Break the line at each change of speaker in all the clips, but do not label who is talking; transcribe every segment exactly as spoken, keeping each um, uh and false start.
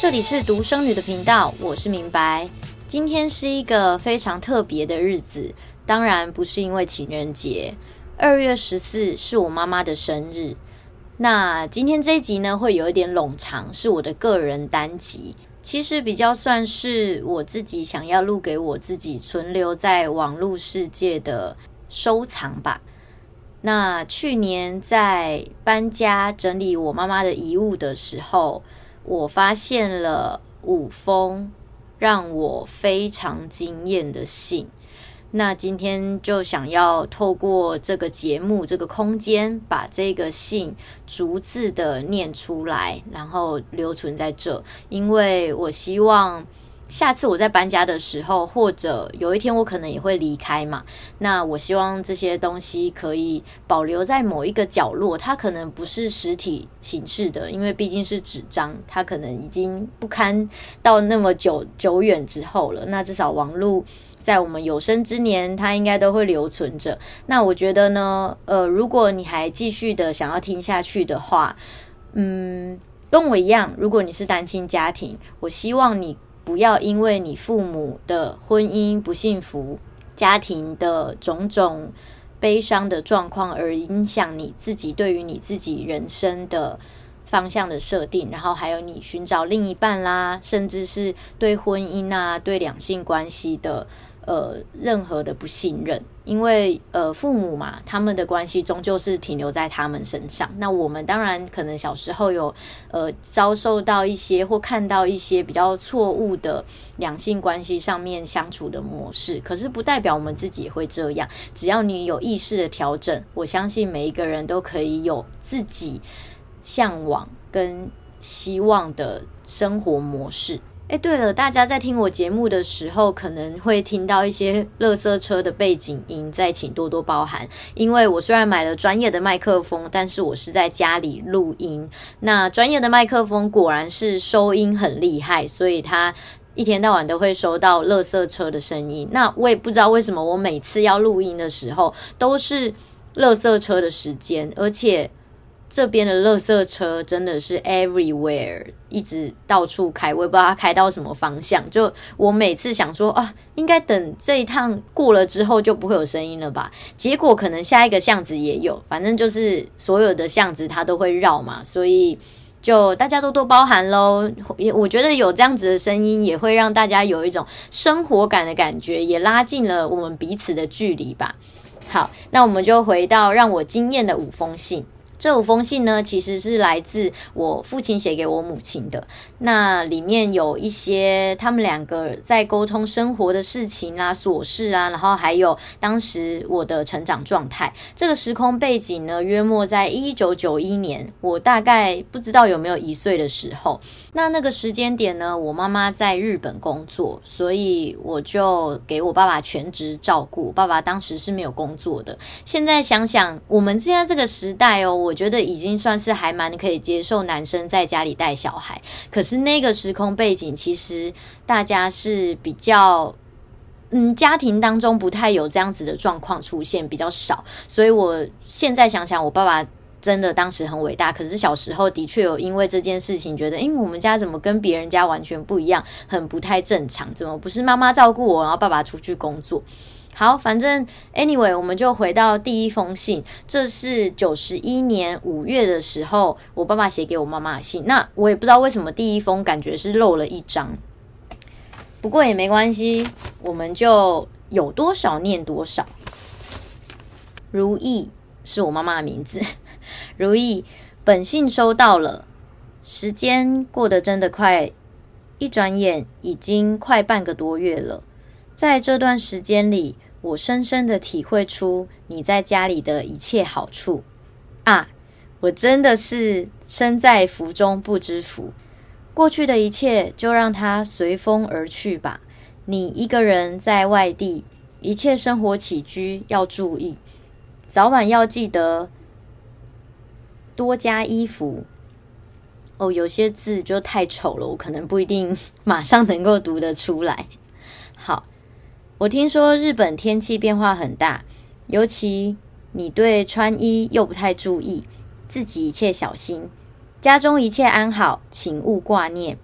这里是独生女的频道，我是明白。今天是一个非常特别的日子，当然不是因为情人节。二月十四是我妈妈的生日。那今天这一集呢，会有一点冗长，是我的个人单集。其实比较算是我自己想要录给我自己，存留在网络世界的收藏吧。那去年在搬家整理我妈妈的遗物的时候，我发现了五封让我非常惊艳的信。那今天就想要透过这个节目这个空间，把这个信逐字的念出来，然后留存在这。因为我希望下次我在搬家的时候，或者有一天我可能也会离开嘛，那我希望这些东西可以保留在某一个角落，它可能不是实体形式的，因为毕竟是纸张，它可能已经不堪到那么久久远之后了，那至少网络在我们有生之年它应该都会留存着。那我觉得呢呃，如果你还继续的想要听下去的话，嗯，跟我一样，如果你是单亲家庭，我希望你不要因为你父母的婚姻不幸福，家庭的种种悲伤的状况而影响你自己对于你自己人生的方向的设定，然后还有你寻找另一半啦，甚至是对婚姻啊，对两性关系的呃任何的不信任。因为呃父母嘛，他们的关系终究是停留在他们身上。那我们当然可能小时候有呃遭受到一些或看到一些比较错误的两性关系上面相处的模式，可是不代表我们自己也会这样。只要你有意识的调整，我相信每一个人都可以有自己向往跟希望的生活模式。诶，对了，大家在听我节目的时候可能会听到一些垃圾车的背景音，再请多多包涵。因为我虽然买了专业的麦克风，但是我是在家里录音。那专业的麦克风果然是收音很厉害，所以它一天到晚都会收到垃圾车的声音。那我也不知道为什么我每次要录音的时候都是垃圾车的时间，而且这边的垃圾车真的是 everywhere， 一直到处开，我也不知道它开到什么方向。就我每次想说啊，应该等这一趟过了之后就不会有声音了吧，结果可能下一个巷子也有，反正就是所有的巷子它都会绕嘛，所以就大家多多包涵咯。我觉得有这样子的声音也会让大家有一种生活感的感觉，也拉近了我们彼此的距离吧。好，那我们就回到让我惊艳的五封信。这五封信呢，其实是来自我父亲写给我母亲的。那里面有一些他们两个在沟通生活的事情啊、琐事啊，然后还有当时我的成长状态。这个时空背景呢，约莫在一九九一年，我大概不知道有没有一岁的时候。那那个时间点呢，我妈妈在日本工作，所以我就给我爸爸全职照顾。爸爸当时是没有工作的。现在想想，我们现在这个时代哦，我觉得已经算是还蛮可以接受男生在家里带小孩。可是那个时空背景，其实大家是比较嗯，家庭当中不太有这样子的状况出现，比较少。所以我现在想想，我爸爸真的当时很伟大，可是小时候的确有因为这件事情觉得，因为我们家怎么跟别人家完全不一样，很不太正常，怎么不是妈妈照顾我，然后爸爸出去工作。好，反正 anyway 我们就回到第一封信。这是九十一年五月的时候我爸爸写给我妈妈的信。那我也不知道为什么第一封感觉是漏了一张，不过也没关系，我们就有多少念多少。如意是我妈妈的名字。如意，本信收到了，时间过得真的快，一转眼已经快半个多月了。在这段时间里，我深深的体会出你在家里的一切好处啊！我真的是身在福中不知福，过去的一切就让它随风而去吧。你一个人在外地，一切生活起居要注意，早晚要记得多加衣服。哦，有些字就太丑了，我可能不一定马上能够读得出来。好，我听说日本天气变化很大，尤其你对穿衣又不太注意，自己一切小心，家中一切安好，请勿挂念。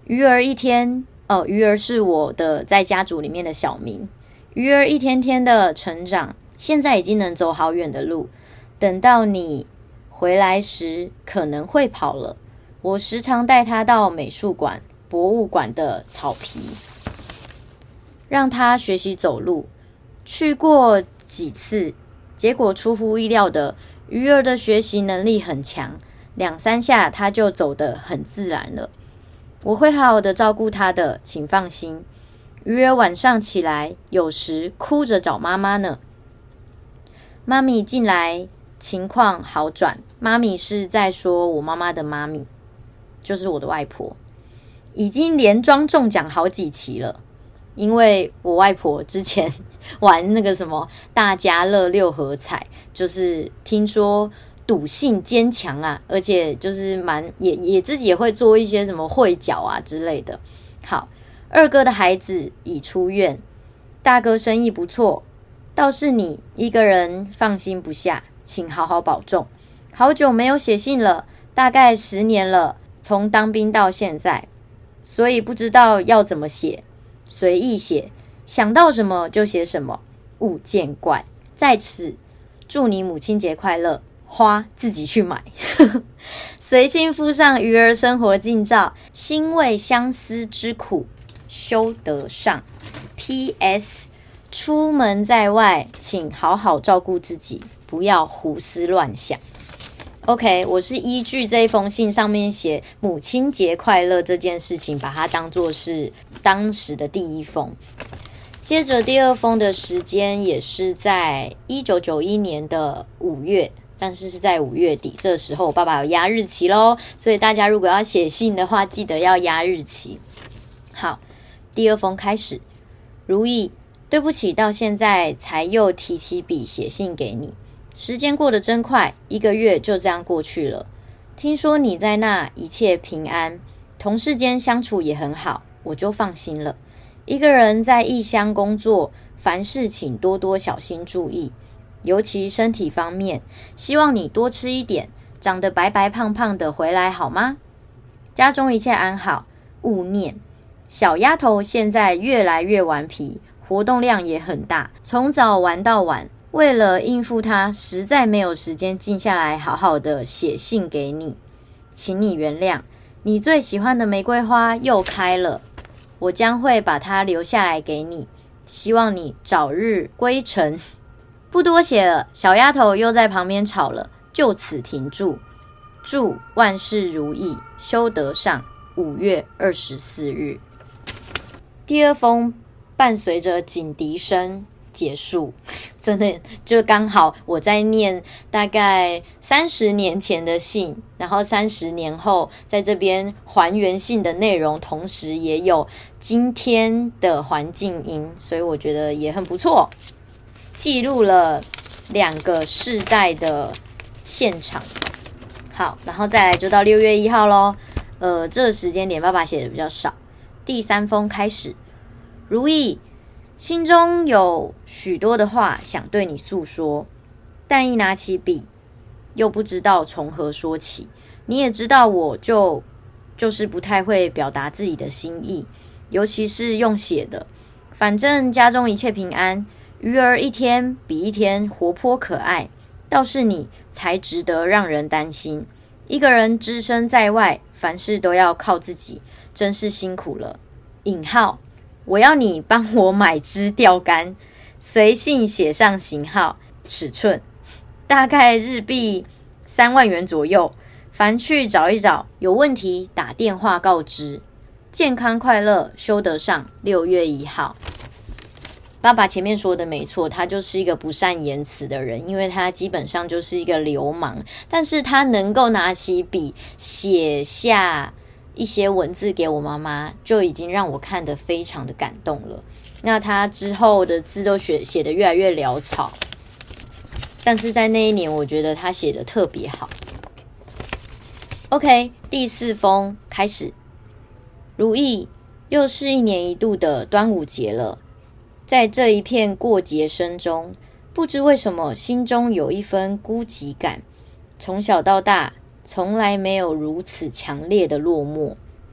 鱼儿一天，哦，鱼儿是我的在家族里面的小名。鱼儿一天天的成长，现在已经能走好远的路。等到你回来时，可能会跑了。我时常带他到美术馆、博物馆的草皮，让他学习走路。去过几次，结果出乎意料的，鱼儿的学习能力很强，两三下他就走得很自然了。我会好好的照顾他的，请放心。鱼儿晚上起来，有时哭着找妈妈呢。妈咪进来，情况好转。妈咪是在说我妈妈的妈咪，就是我的外婆，已经连庄中奖好几期了。因为我外婆之前玩那个什么大家乐六合彩，就是听说赌性坚强啊，而且就是蛮也也自己也会做一些什么汇缴啊之类的。好，二哥的孩子已出院，大哥生意不错，倒是你一个人放心不下，请好好保重。好久没有写信了，大概十年了，从当兵到现在，所以不知道要怎么写，随意写，想到什么就写什么，勿见怪。在此祝你母亲节快乐，花自己去买。随信附上鱼儿生活近照，欣慰相思之苦，修得上。P S 出门在外，请好好照顾自己，不要胡思乱想。OK， 我是依据这一封信上面写母亲节快乐这件事情，把它当作是当时的第一封。接着第二封的时间也是在一九九一年的五月，但是是在五月底，这时候我爸爸有压日期咯，所以大家如果要写信的话，记得要压日期。好，第二封开始。如意，对不起，到现在才又提起笔写信给你。时间过得真快，一个月就这样过去了。听说你在那一切平安，同事间相处也很好，我就放心了。一个人在异乡工作，凡事请多多小心注意，尤其身体方面，希望你多吃一点，长得白白胖胖的回来好吗？家中一切安好，勿念。小丫头现在越来越顽皮，活动量也很大，从早玩到晚。为了应付他，实在没有时间静下来好好的写信给你，请你原谅。你最喜欢的玫瑰花又开了，我将会把它留下来给你，希望你早日归程。不多写了，小丫头又在旁边吵了，就此停住。祝万事如意，修得上。五月二十四日。第二封伴随着警笛声结束，真的就刚好我在念大概三十年前的信，然后三十年后在这边还原信的内容，同时也有今天的环境音，所以我觉得也很不错，记录了两个世代的现场。好，然后再来就到六月一号咯，呃，这个时间点爸爸写的比较少。第三封开始，如意，心中有许多的话想对你诉说，但一拿起笔，又不知道从何说起。你也知道我就就是不太会表达自己的心意，尤其是用写的。反正家中一切平安，鱼儿一天比一天活泼可爱，倒是你才值得让人担心。一个人只身在外，凡事都要靠自己，真是辛苦了。引号，我要你帮我买支钓竿，随信写上型号、尺寸，大概日币三万元左右。凡去找一找，有问题打电话告知。健康快乐，修得上。六月一号。爸爸前面说的没错，他就是一个不善言辞的人，因为他基本上就是一个流氓，但是他能够拿起笔写下一些文字给我妈妈，就已经让我看得非常的感动了。那他之后的字都写写得越来越潦草，但是在那一年我觉得他写得特别好。 OK， 第四封开始。如意，又是一年一度的端午节了，在这一片过节声中，不知为什么心中有一分孤寂感，从小到大从来没有如此强烈的落寞。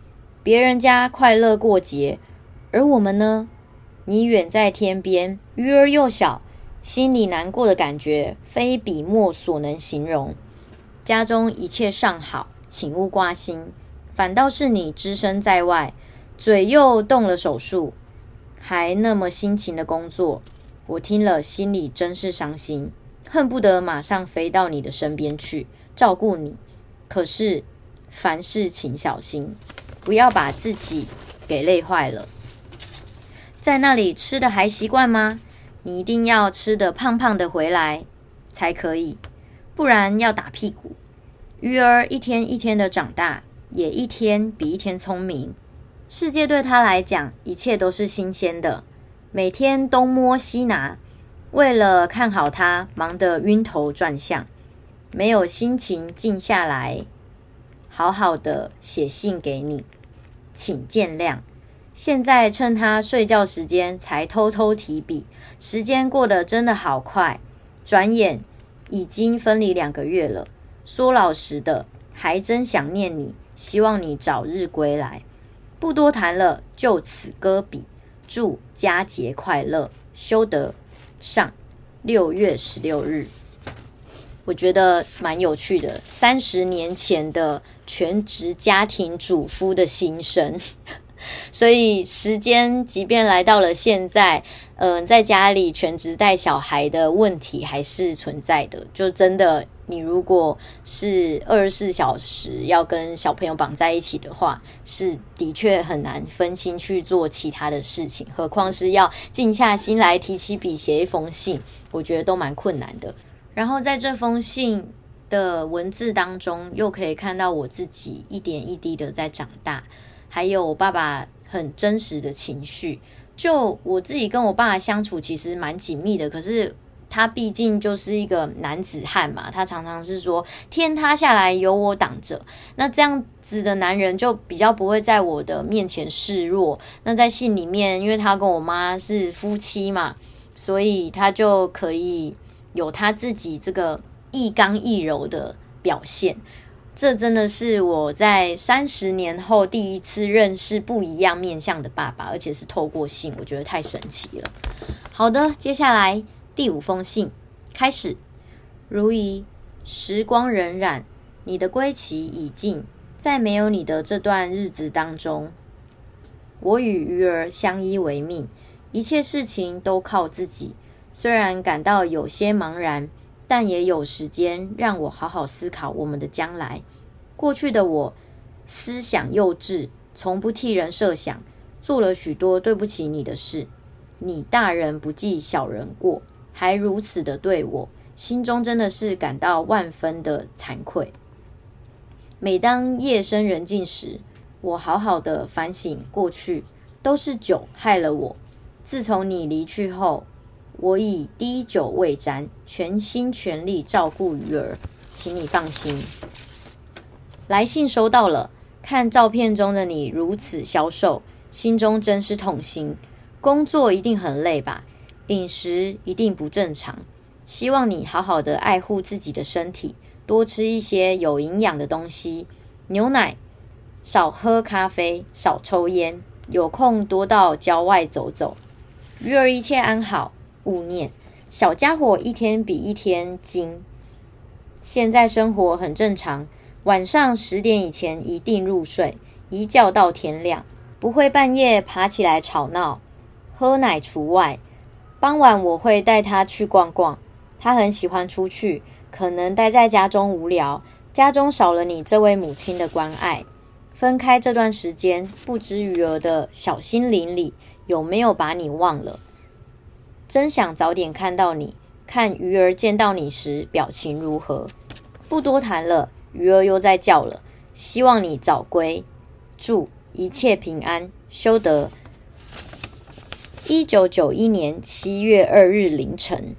别人家快乐过节，而我们呢？你远在天边，鱼儿又小，心里难过的感觉非笔墨所能形容。家中一切尚好，请勿挂心，反倒是你只身在外，嘴又动了手术，还那么辛勤的工作，我听了心里真是伤心，恨不得马上飞到你的身边去照顾你。可是凡事请小心，不要把自己给累坏了。在那里吃的还习惯吗？你一定要吃得胖胖的回来才可以，不然要打屁股。鱼儿一天一天的长大，也一天比一天聪明。世界对他来讲，一切都是新鲜的，每天东摸西拿，为了看好他，忙得晕头转向，没有心情静下来，好好的写信给你，请见谅。现在趁他睡觉时间才偷偷提笔，时间过得真的好快，转眼已经分离两个月了。说老实的，还真想念你，希望你早日归来。不多谈了，就此搁笔。祝佳节快乐，修德。上六月十六日。我觉得蛮有趣的，三十年前的全职家庭主妇的心声。所以时间即便来到了现在，嗯、呃，在家里全职带小孩的问题还是存在的。就真的，你如果是二十四小时要跟小朋友绑在一起的话，是的确很难分心去做其他的事情，何况是要静下心来提起笔写一封信，我觉得都蛮困难的。然后在这封信的文字当中，又可以看到我自己一点一滴的在长大，还有我爸爸很真实的情绪。就我自己跟我爸爸相处其实蛮紧密的，可是他毕竟就是一个男子汉嘛，他常常是说天塌下来有我挡着，那这样子的男人就比较不会在我的面前示弱。那在信里面，因为他跟我妈是夫妻嘛，所以他就可以有他自己这个亦刚亦柔的表现。这真的是我在三十年后第一次认识不一样面向的爸爸，而且是透过信，我觉得太神奇了。好的，接下来第五封信开始。如仪，时光荏苒，你的归期已近，在没有你的这段日子当中，我与鱼儿相依为命，一切事情都靠自己。虽然感到有些茫然，但也有时间让我好好思考我们的将来。过去的我思想幼稚，从不替人设想，做了许多对不起你的事。你大人不计小人过，还如此的对我，心中真的是感到万分的惭愧。每当夜深人静时，我好好的反省过去，都是酒害了我。自从你离去后，我已滴酒未沾，全心全力照顾鱼儿，请你放心。来信收到了，看照片中的你如此消瘦，心中真是痛心。工作一定很累吧，饮食一定不正常。希望你好好的爱护自己的身体，多吃一些有营养的东西，牛奶，少喝咖啡，少抽烟，有空多到郊外走走。鱼儿一切安好，勿念。小家伙一天比一天精，现在生活很正常，晚上十点以前一定入睡，一觉到天亮，不会半夜爬起来吵闹，喝奶除外。傍晚我会带他去逛逛，他很喜欢出去，可能待在家中无聊，家中少了你这位母亲的关爱。分开这段时间，不知鱼儿的小心灵里有没有把你忘了。真想早点看到你，看鱼儿见到你时表情如何。不多谈了，鱼儿又在叫了，希望你早归。祝一切平安，修德。一九九一年七月二日凌晨，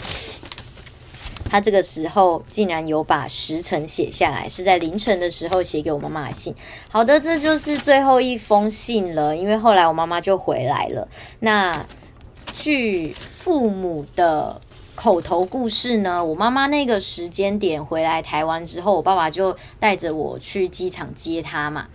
他这个时候竟然有把时辰写下来，是在凌晨的时候写给我妈妈的信。好的，这就是最后一封信了，因为后来我妈妈就回来了。那据父母的口头故事呢，我妈妈那个时间点回来台湾之后，我爸爸就带着我去机场接她嘛。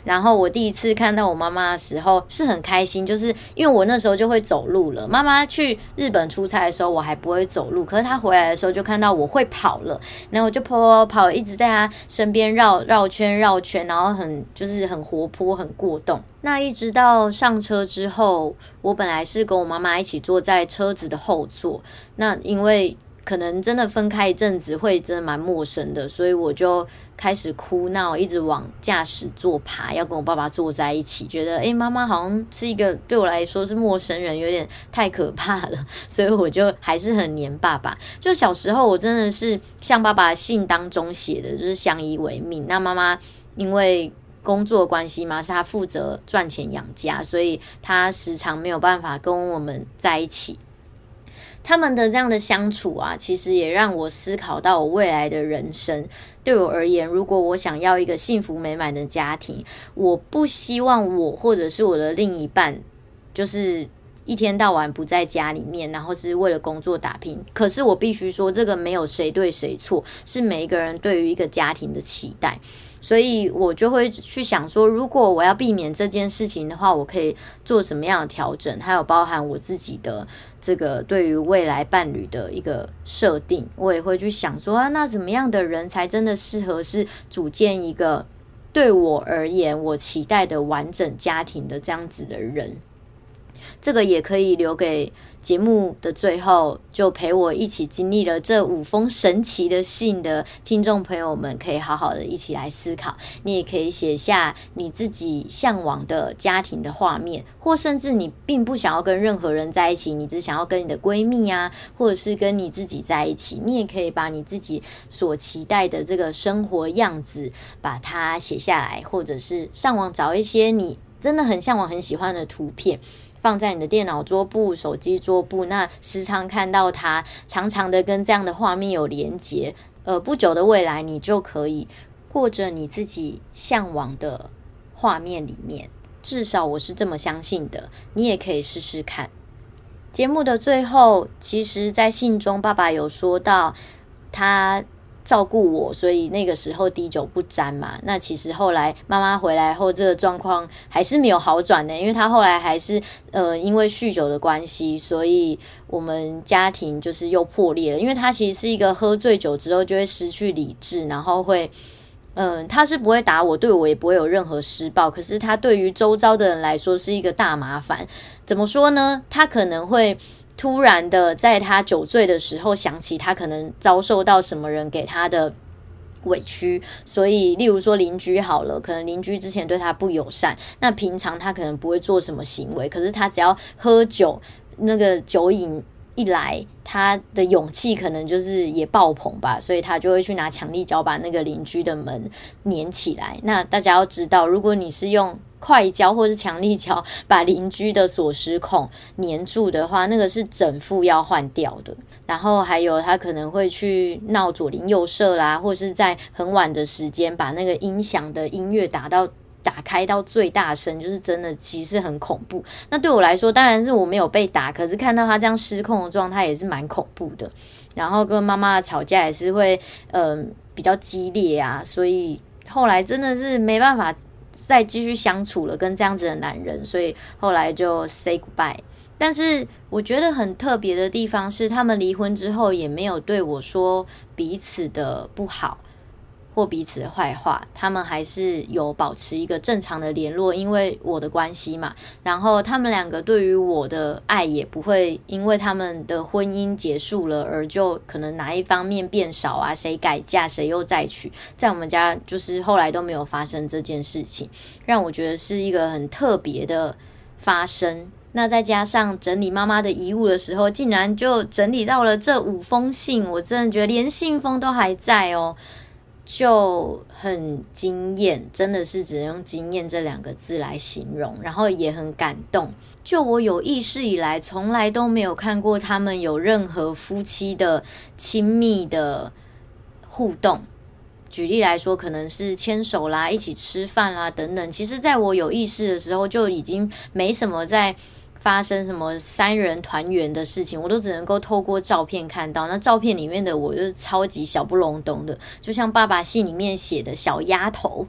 然后我第一次看到我妈妈的时候是很开心，就是因为我那时候就会走路了。妈妈去日本出差的时候我还不会走路，可是她回来的时候就看到我会跑了，然后我就跑跑跑，一直在她身边绕绕圈绕圈，然后很就是很活泼很过动。那一直到上车之后，我本来是跟我妈妈一起坐在车子的后座，那因为可能真的分开一阵子会真的蛮陌生的，所以我就开始哭闹，一直往驾驶座爬，要跟我爸爸坐在一起，觉得诶妈妈好像是一个对我来说是陌生人，有点太可怕了，所以我就还是很黏爸爸。就小时候我真的是像爸爸信当中写的，就是相依为命。那妈妈因为工作关系嘛，是他负责赚钱养家，所以他时常没有办法跟我们在一起。他们的这样的相处啊，其实也让我思考到我未来的人生。对我而言，如果我想要一个幸福美满的家庭，我不希望我或者是我的另一半就是一天到晚不在家里面，然后是为了工作打拼。可是我必须说，这个没有谁对谁错，是每一个人对于一个家庭的期待。所以我就会去想说，如果我要避免这件事情的话，我可以做什么样的调整，还有包含我自己的这个对于未来伴侣的一个设定。我也会去想说啊，那怎么样的人才真的适合是组建一个对我而言我期待的完整家庭的这样子的人。这个也可以留给节目的最后，就陪我一起经历了这五封神奇的信的听众朋友们，可以好好的一起来思考。你也可以写下你自己向往的家庭的画面，或甚至你并不想要跟任何人在一起，你只想要跟你的闺蜜啊，或者是跟你自己在一起，你也可以把你自己所期待的这个生活样子把它写下来，或者是上网找一些你真的很向往很喜欢的图片，放在你的电脑桌布、手机桌布，那时常看到它，常常的跟这样的画面有连结。呃，不久的未来，你就可以过着你自己向往的画面里面。至少我是这么相信的，你也可以试试看。节目的最后，其实在信中爸爸有说到他照顾我，所以那个时候滴酒不沾嘛。那其实后来妈妈回来后，这个状况还是没有好转的，因为她后来还是呃因为酗酒的关系，所以我们家庭就是又破裂了。因为她其实是一个喝醉酒之后就会失去理智，然后会嗯，他是不会打我，对我也不会有任何施暴，可是他对于周遭的人来说是一个大麻烦。怎么说呢？他可能会突然的在他酒醉的时候想起他可能遭受到什么人给他的委屈，所以例如说邻居好了，可能邻居之前对他不友善，那平常他可能不会做什么行为，可是他只要喝酒，那个酒瘾一来，他的勇气可能就是也爆棚吧，所以他就会去拿强力胶把那个邻居的门粘起来。那大家要知道，如果你是用快胶或是强力胶把邻居的锁匙孔粘住的话，那个是整副要换掉的。然后还有他可能会去闹左邻右舍啦，或是在很晚的时间把那个音响的音乐打到打开到最大声，就是真的其实很恐怖。那对我来说当然是我没有被打，可是看到他这样失控的状态也是蛮恐怖的。然后跟妈妈吵架也是会嗯、呃、比较激烈啊，所以后来真的是没办法再继续相处了，跟这样子的男人，所以后来就 say goodbye。 但是我觉得很特别的地方是，他们离婚之后也没有对我说彼此的不好或彼此的坏话，他们还是有保持一个正常的联络，因为我的关系嘛。然后他们两个对于我的爱也不会因为他们的婚姻结束了而就可能哪一方面变少啊，谁改嫁谁又再娶，在我们家就是后来都没有发生这件事情，让我觉得是一个很特别的发生。那再加上整理妈妈的遗物的时候，竟然就整理到了这五封信，我真的觉得连信封都还在哦，就很惊艳，真的是只能用惊艳这两个字来形容，然后也很感动。就我有意识以来从来都没有看过他们有任何夫妻的亲密的互动，举例来说可能是牵手啦，一起吃饭啦等等，其实在我有意识的时候就已经没什么在发生什么三人团圆的事情，我都只能够透过照片看到。那照片里面的我就是超级小不隆咚的，就像爸爸信里面写的小丫头。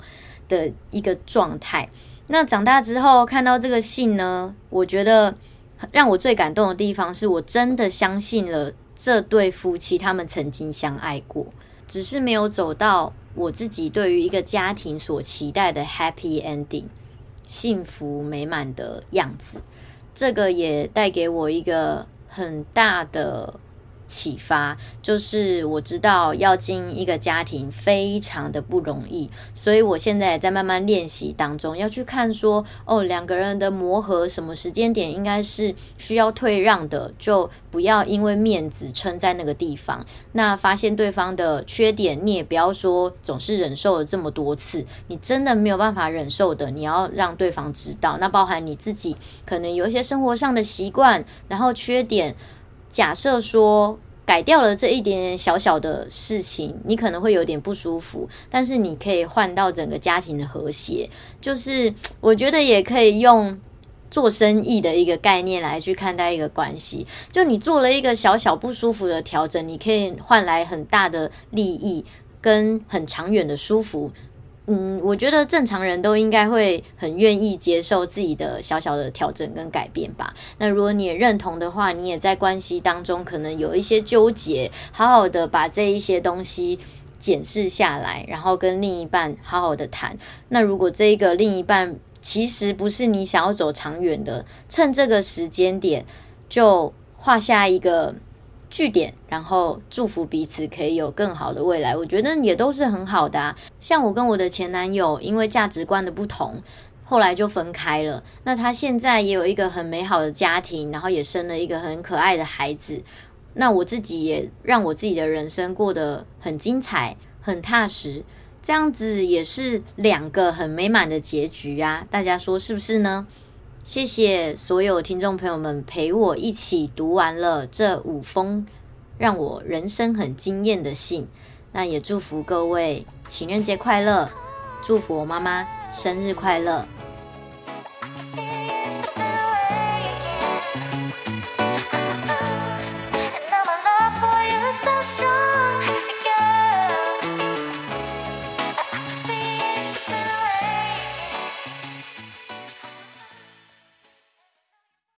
的一个状态。那长大之后看到这个信呢，我觉得让我最感动的地方是我真的相信了这对夫妻他们曾经相爱过，只是没有走到我自己对于一个家庭所期待的 happy ending， 幸福美满的样子。这个也带给我一个很大的启发，就是我知道要经营一个家庭非常的不容易，所以我现在也在慢慢练习当中，要去看说哦，两个人的磨合什么时间点应该是需要退让的，就不要因为面子撑在那个地方。那发现对方的缺点，你也不要说总是忍受了这么多次，你真的没有办法忍受的，你要让对方知道。那包含你自己可能有一些生活上的习惯，然后缺点，假设说改掉了这一点小小的事情，你可能会有点不舒服，但是你可以换到整个家庭的和谐。就是我觉得也可以用做生意的一个概念来去看待一个关系，就你做了一个小小不舒服的调整，你可以换来很大的利益跟很长远的舒服。嗯，我觉得正常人都应该会很愿意接受自己的小小的调整跟改变吧。那如果你也认同的话，你也在关系当中可能有一些纠结，好好的把这一些东西检视下来，然后跟另一半好好的谈。那如果这一个另一半其实不是你想要走长远的，趁这个时间点就画下一个句点，然后祝福彼此可以有更好的未来，我觉得也都是很好的啊。像我跟我的前男友因为价值观的不同，后来就分开了。那他现在也有一个很美好的家庭，然后也生了一个很可爱的孩子。那我自己也让我自己的人生过得很精彩很踏实，这样子也是两个很美满的结局啊，大家说是不是呢？谢谢所有听众朋友们陪我一起读完了这五封让我人生很惊艳的信。那也祝福各位情人节快乐，祝福我妈妈生日快乐。So strong